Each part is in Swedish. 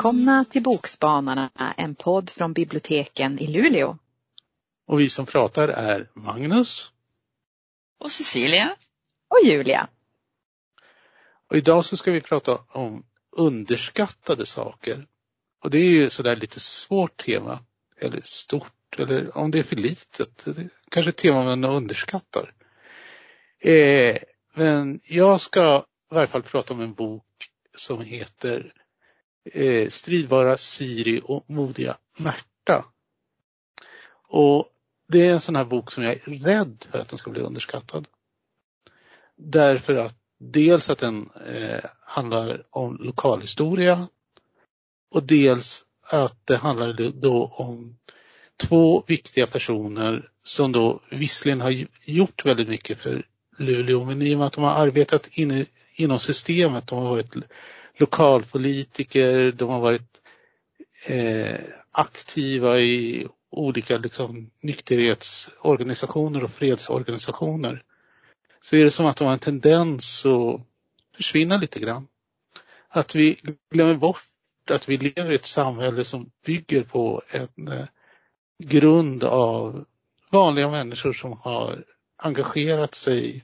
Välkomna till Bokspanarna, en podd från biblioteken i Luleå. Och vi som pratar är Magnus. Och Cecilia. Och Julia. Och idag så ska vi prata om underskattade saker. Och det är ju sådär lite svårt tema. Eller stort. Eller om det är för litet. Det är kanske ett tema man underskattar. Men jag ska i varje fall prata om en bok som heter Stridbara Siri och modiga Märta. Och det är en sån här bok som jag är rädd för att den ska bli underskattad. Därför att dels att den handlar om lokalhistoria och dels att det handlar då om två viktiga personer som då visserligen har gjort väldigt mycket för Luleå, men i och med att de har arbetat inom systemet, de har varit lokalpolitiker, de har varit aktiva i olika liksom, nykterhetsorganisationer och fredsorganisationer, så är det som att de har en tendens att försvinna lite grann. Att vi glömmer bort att vi lever i ett samhälle som bygger på en grund av vanliga människor som har engagerat sig,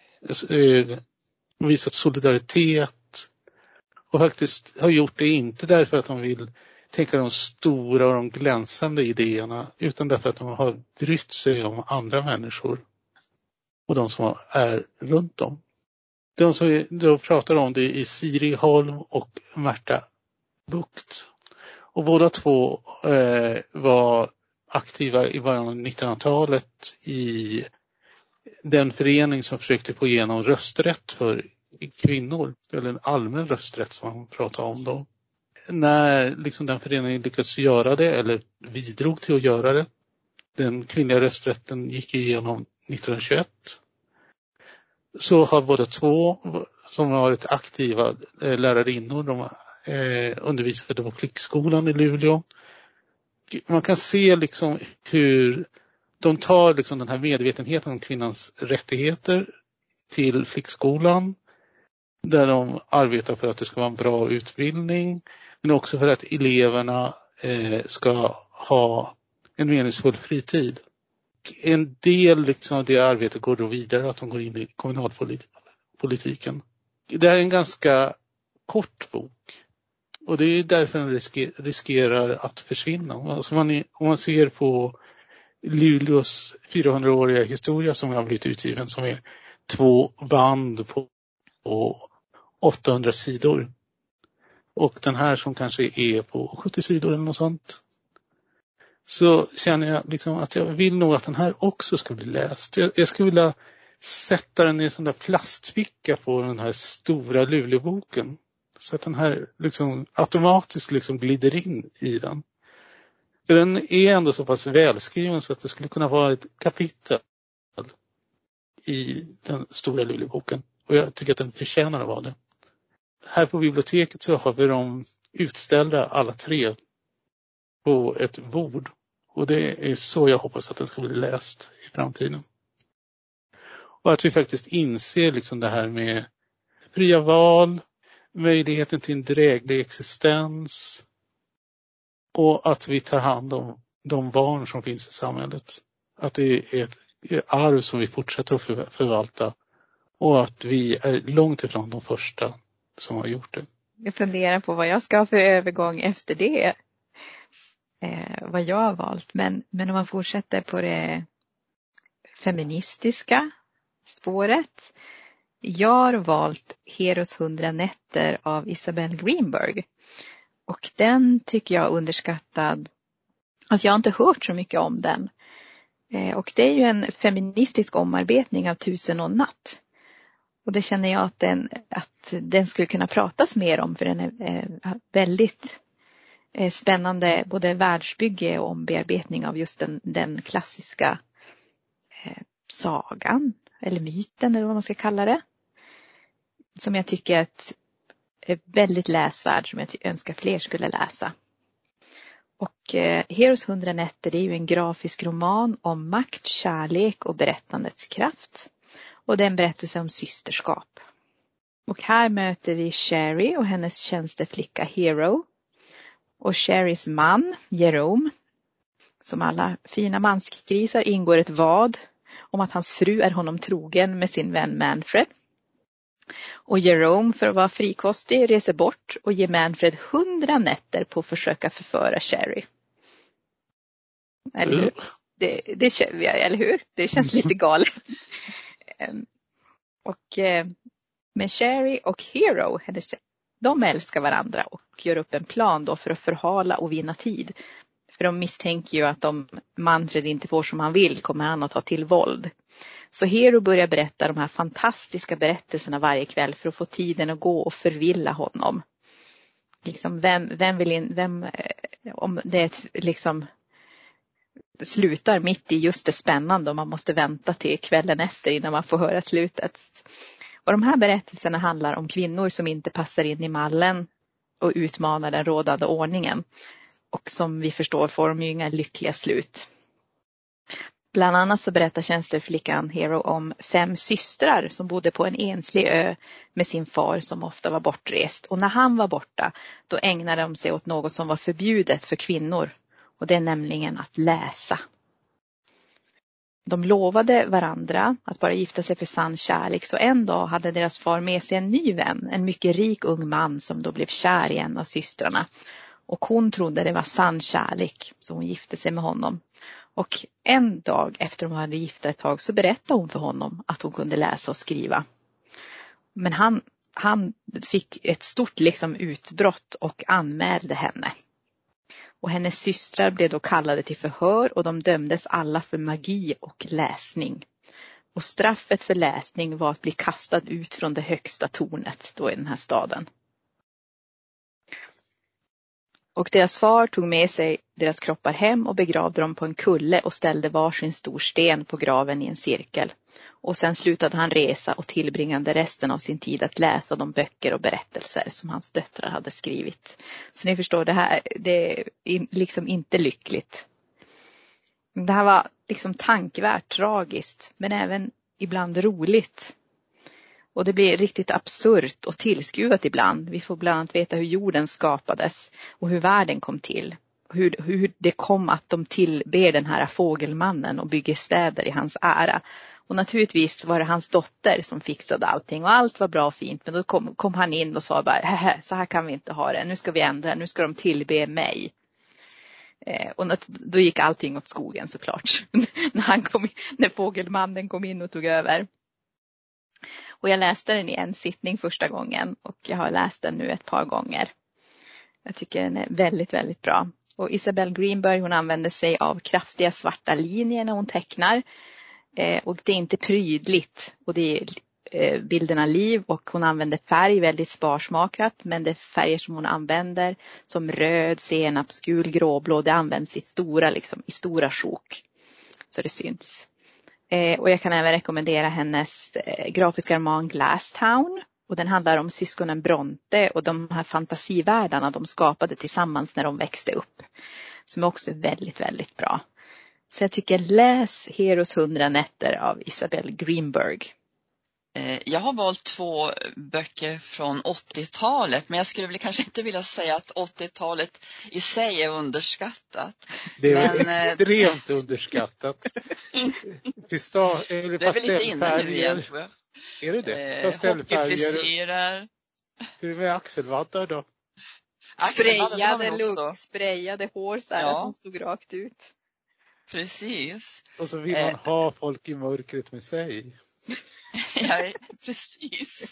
visat solidaritet och faktiskt har gjort det inte därför att de vill tänka de stora och de glänsande idéerna, utan därför att de har brytt sig om andra människor och de som är runt om. De som vi då pratar om det är Siri Holm och Märta Bucht. Och båda två var aktiva i början av 1900-talet i den förening som försökte få igenom rösträtt för kvinnor, eller en allmän rösträtt som man pratar om då. När liksom den föreningen lyckades göra det, eller bidrog till att göra det, den kvinnliga rösträtten gick igenom 1921, så har båda två som har varit aktiva lärarinnor, de undervisade på flickskolan i Luleå. Man kan se liksom hur de tar liksom den här medvetenheten om kvinnans rättigheter till flickskolan, där de arbetar för att det ska vara en bra utbildning, men också för att eleverna ska ha en meningsfull fritid. En del liksom av det arbetet går då vidare, att de går in i kommunalpolitiken. Det här är en ganska kort bok. Och det är därför den riskerar att försvinna. Alltså om man ser på Luleås 400-åriga historia som har blivit utgiven, som är 2 band på 800 sidor. Och den här som kanske är på 70 sidor eller något sånt. Så känner jag liksom att jag vill nog att den här också ska bli läst. Jag skulle vilja sätta den i en sån där plastficka på den här stora Luleåboken. Så att den här liksom automatiskt liksom glider in i den. För den är ändå så pass välskriven så att det skulle kunna vara ett kapitel i den stora Luleåboken. Och jag tycker att den förtjänar att vara det. Här på biblioteket så har vi dem utställda alla 3 på ett bord. Och det är så jag hoppas att den ska bli läst i framtiden. Och att vi faktiskt inser liksom det här med fria val, möjligheten till en dräglig existens och att vi tar hand om de barn som finns i samhället. Att det är ett arv som vi fortsätter att förvalta och att vi är långt ifrån de första som har gjort det. Jag funderar på vad jag ska ha för övergång efter det. Vad jag har valt. Men om man fortsätter på det feministiska spåret. Jag har valt Heros 100 nätter av Isabel Greenberg. Och den tycker jag är underskattad. Alltså jag har inte hört så mycket om den. Och det är ju en feministisk omarbetning av 1000 och en natt. Och det känner jag att den skulle kunna pratas mer om. För den är väldigt spännande, både världsbygge och ombearbetning av just den klassiska sagan. Eller myten eller vad man ska kalla det. Som jag tycker är väldigt läsvärd, som jag önskar fler skulle läsa. Och Heros 100 nätter, det är ju en grafisk roman om makt, kärlek och berättandets kraft. Och det är en berättelse om systerskap. Och här möter vi Sherry och hennes tjänsteflicka Hero. Och Sherrys man, Jerome, som alla fina mansgrisar, ingår ett vad om att hans fru är honom trogen med sin vän Manfred. Och Jerome, för att vara frikostig, reser bort och ger Manfred 100 nätter på att försöka förföra Sherry. Eller hur? Eller hur? Det känns lite galet. Och med Sherry och Hero, de älskar varandra och gör upp en plan då för att förhala och vinna tid. För de misstänker ju att om Manfred inte får som han vill kommer han att ta till våld. Så Hero börjar berätta de här fantastiska berättelserna varje kväll för att få tiden att gå och förvilla honom. Liksom om det är liksom slutar mitt i just det spännande och man måste vänta till kvällen efter innan man får höra slutet. Och de här berättelserna handlar om kvinnor som inte passar in i mallen och utmanar den rådande ordningen. Och som vi förstår får de ju inga lyckliga slut. Bland annat så berättar tjänsteflickan Hero om 5 systrar som bodde på en enslig ö med sin far som ofta var bortrest. Och när han var borta då ägnade de sig åt något som var förbjudet för kvinnor. Och det är nämligen att läsa. De lovade varandra att bara gifta sig för sann kärlek. Så en dag hade deras far med sig en ny vän. En mycket rik ung man som då blev kär i en av systrarna. Och hon trodde det var sann kärlek så hon gifte sig med honom. Och en dag efter de hade gifta ett tag så berättade hon för honom att hon kunde läsa och skriva. Men han fick ett stort utbrott och anmälde henne. Och hennes systrar blev då kallade till förhör och de dömdes alla för magi och läsning. Och straffet för läsning var att bli kastad ut från det högsta tornet då i den här staden. Och deras far tog med sig deras kroppar hem och begravde dem på en kulle och ställde varsin stor sten på graven i en cirkel. Och sen slutade han resa och tillbringade resten av sin tid att läsa de böcker och berättelser som hans döttrar hade skrivit. Så ni förstår, det är inte lyckligt. Det här var tankvärt, tragiskt, men även ibland roligt. Och det blir riktigt absurt och tillskruvat ibland. Vi får bland annat veta hur jorden skapades och hur världen kom till. Hur det kom att de tillber den här fågelmannen och bygger städer i hans ära. Och naturligtvis var det hans dotter som fixade allting och allt var bra och fint. Men då kom han in och sa bara, så här kan vi inte ha det. Nu ska vi ändra, nu ska de tillbe mig. Och då gick allting åt skogen såklart. när fågelmannen kom in och tog över. Och jag läste den i en sittning första gången och jag har läst den nu ett par gånger. Jag tycker den är väldigt, väldigt bra. Och Isabel Greenberg, hon använder sig av kraftiga svarta linjer när hon tecknar. Och det är inte prydligt och det är bilderna liv och hon använder färg väldigt sparsmakat. Men det är färger som hon använder som röd, senapsgul, gråblå. Det används i stora sjok så det syns. Och jag kan även rekommendera hennes grafiska roman Glass Town. Och den handlar om syskonen Bronte och de här fantasivärldarna de skapade tillsammans när de växte upp. Som också är väldigt, väldigt bra. Så jag tycker läs Heros 100 nätter av Isabel Greenberg. Jag har valt 2 böcker från 80-talet, men jag skulle väl kanske inte vilja säga att 80-talet i sig är underskattat. Det är extremt underskattat. Det är väl lite innan nu igen, tror jag. Är det det? Pastellfärger. Hur är det med axelvaddar då? Sprayade hår som stod rakt ut. Precis. Och så vill man ha folk i mörkret med sig. Ja, precis.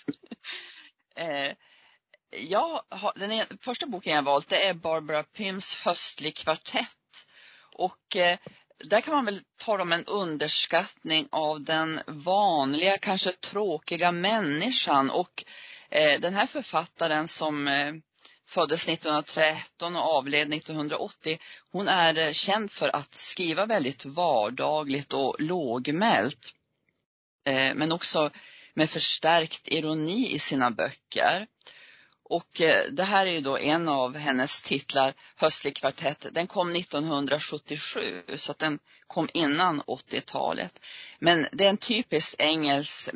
Den första boken jag valt det är Barbara Pyms Höstlig kvartett. Och där kan man väl ta om en underskattning av den vanliga, kanske tråkiga människan. Och den här författaren som föddes 1913 och avled 1980. Hon är känd för att skriva väldigt vardagligt och lågmält. Men också med förstärkt ironi i sina böcker. Och det här är ju då en av hennes titlar, Höstlig kvartett. Den kom 1977 så att den kom innan 80-talet. Men det är en typisk engelsk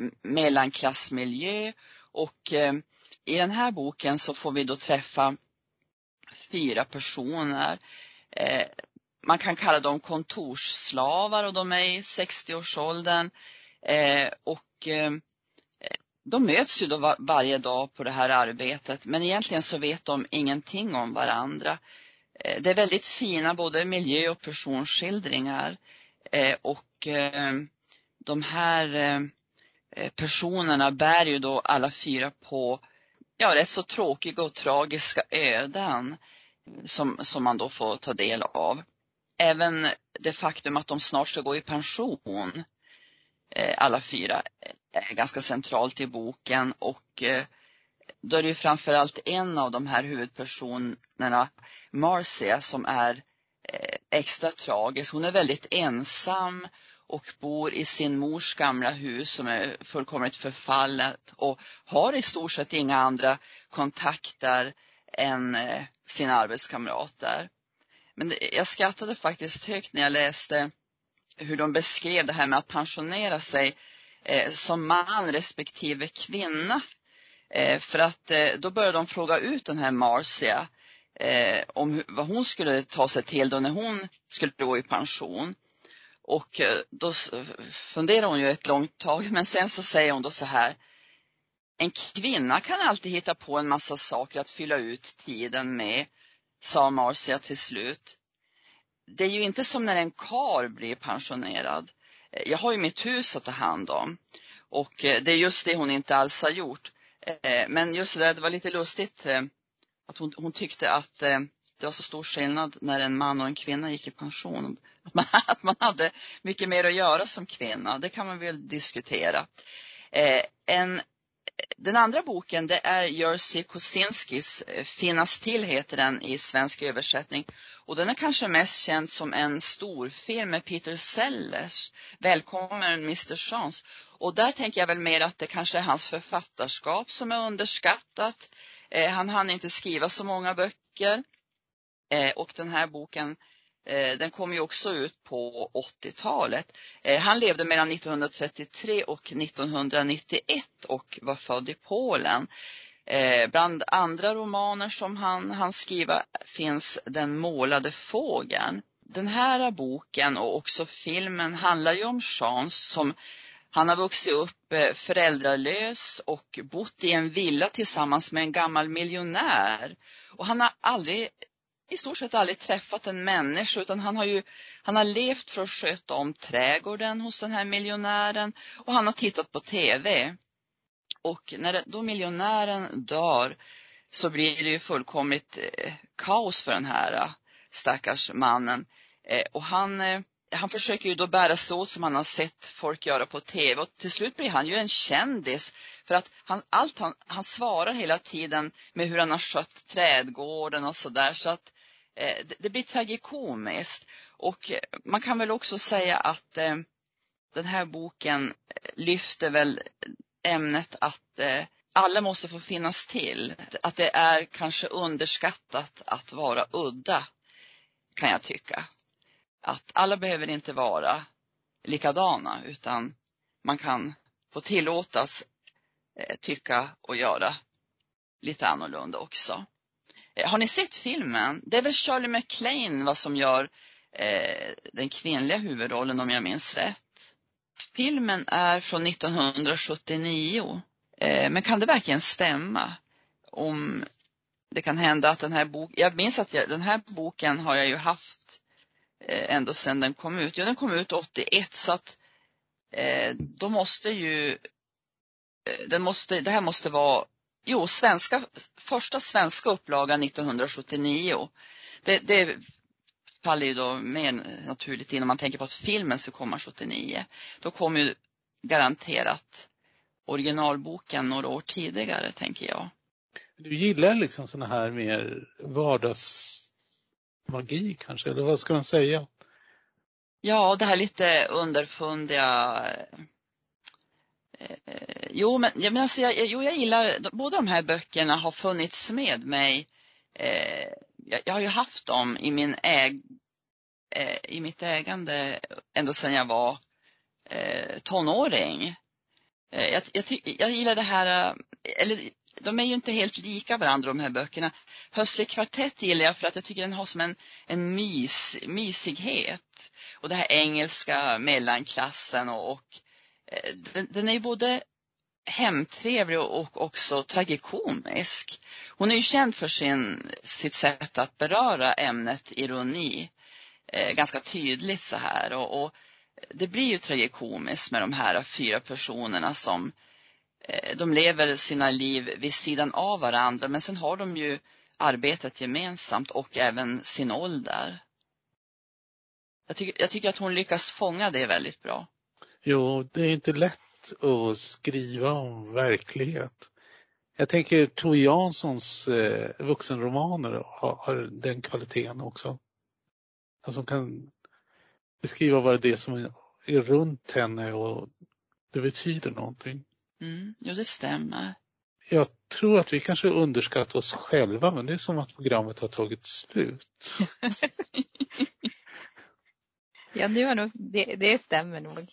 mellanklassmiljö och i den här boken så får vi då träffa 4 personer. Man kan kalla dem kontorsslavar och de är i 60-årsåldern. De möts ju då varje dag på det här arbetet, men egentligen så vet de ingenting om varandra. Det är väldigt fina både miljö- och personskildringar, och de här personerna bär ju då alla 4 på rätt så tråkiga och tragiska öden som man då får ta del av. Även det faktum att de snart ska gå i pension, alla 4, är ganska centralt i boken, och då är det ju framförallt en av de här huvudpersonerna, Marcia, som är extra tragisk. Hon är väldigt ensam och bor i sin mors gamla hus som är fullkomligt förfallet och har i stort sett inga andra kontakter än sina arbetskamrater. Men jag skrattade faktiskt högt när jag läste hur de beskrev det här med att pensionera sig som man respektive kvinna. För att då började de fråga ut den här Marcia om vad hon skulle ta sig till då när hon skulle gå i pension. Och då funderar hon ju ett långt tag, men sen så säger hon då så här: en kvinna kan alltid hitta på en massa saker att fylla ut tiden med, sa Marcia till slut. Det är ju inte som när en karl blir pensionerad. Jag har ju mitt hus att ta hand om, och det är just det hon inte alls har gjort. Men just det var lite lustigt att hon tyckte att det var så stor skillnad när en man och en kvinna gick i pension. Att man hade mycket mer att göra som kvinna. Det kan man väl diskutera. Den andra boken, det är Jerzy Kosinskis Finnas till, heter den i svensk översättning. Och den är kanske mest känd som en storfilm med Peter Sellers, Välkommen Mr. Chance. Och där tänker jag väl mer att det kanske är hans författarskap som är underskattat. Han hann inte skriva så många böcker. Och den här boken, den kom ju också ut på 80-talet. Han levde mellan 1933 och 1991 och var född i Polen. Bland andra romaner som han skriva finns Den målade fågeln. Den här boken och också filmen handlar ju om Chance som han har vuxit upp föräldralös och bott i en villa tillsammans med en gammal miljonär. Och han har i stort sett aldrig träffat en människa, utan han har levt för att sköta om trädgården hos den här miljonären, och han har tittat på tv. Och när då miljonären dör så blir det ju fullkomligt kaos för den här stackars mannen. Och han försöker ju då bära sig åt som han har sett folk göra på tv, och till slut blir han ju en kändis för att han svarar hela tiden med hur han har skött trädgården och sådär, så att det blir tragikomiskt. Och man kan väl också säga att den här boken lyfter väl ämnet att alla måste få finnas till. Att det är kanske underskattat att vara udda, kan jag tycka. Att alla behöver inte vara likadana, utan man kan få tillåtas tycka och göra lite annorlunda också. Har ni sett filmen? Det är väl Shirley MacLaine som gör den kvinnliga huvudrollen, om jag minns rätt. Filmen är från 1979. Men kan det verkligen stämma? Om det kan hända att den här boken... Jag minns att den här boken har jag ju haft ändå sedan den kom ut. Ja, den kom ut 81, så att då måste ju... Det här måste vara... Jo, första svenska upplagan 1979. Det faller ju då mer naturligt in om man tänker på att filmen ska komma 79. Då kommer ju garanterat originalboken några år tidigare, tänker jag. Du gillar liksom såna här mer vardagsmagi kanske, eller vad ska man säga? Ja, det här lite underfundiga... Jag gillar... Båda de här böckerna har funnits med mig. Jag har ju haft dem i mitt ägande ända sedan jag var tonåring. Jag gillar det här, eller de är ju inte helt lika varandra, de här böckerna. Höstlig kvartett gillar jag för att jag tycker den har som en mysighet. Och det här engelska mellanklassen och den är ju både hemtrevlig och också tragikomisk. Hon är ju känd för sitt sätt att beröra ämnet ironi ganska tydligt så här. Och det blir ju tragikomiskt med de här 4 personerna som de lever sina liv vid sidan av varandra, men sen har de ju arbetet gemensamt och även sin ålder. Jag tycker att hon lyckas fånga det väldigt bra. Jo, det är inte lätt att skriva om verklighet. Jag tänker Tove Janssons vuxenromaner har den kvaliteten också. Alltså hon kan beskriva vad det är som är runt henne och det betyder någonting. Jo, det stämmer. Jag tror att vi kanske underskattar oss själva, men det är som att programmet har tagit slut. Ja, nu är nog, det stämmer nog.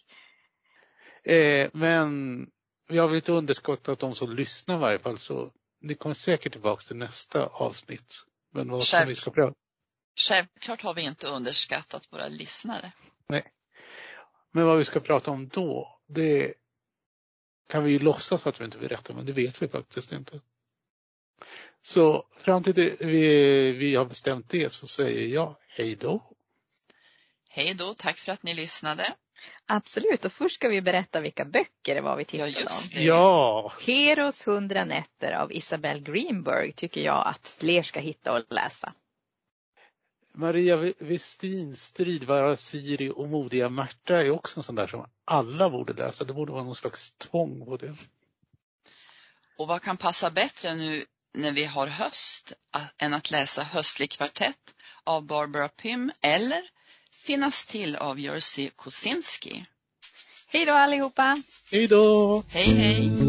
Men vi har väl inte underskattat de som lyssnar i varje fall, så ni kommer säkert tillbaka till nästa avsnitt. Men vad som vi ska prata. Självklart har vi inte underskattat våra lyssnare. Nej. Men vad vi ska prata om då, det kan vi ju låtsas att vi inte berättar, men det vet vi faktiskt inte. Så fram till det vi har bestämt det så säger jag hej då. Hej då, tack för att ni lyssnade. Absolut, och först ska vi berätta vilka böcker det var vi tittade om. Ja. Heros 100 nätter av Isabel Greenberg tycker jag att fler ska hitta och läsa. Maria Westins Stridbara Siri och Modiga Märta är också en sån där som alla borde läsa. Det borde vara någon slags tvång på det. Och vad kan passa bättre nu när vi har höst än att läsa Höstlig kvartett av Barbara Pym eller Finnas till av Jerzy Kosinski. Hej då allihopa! Hej då! Hej hej!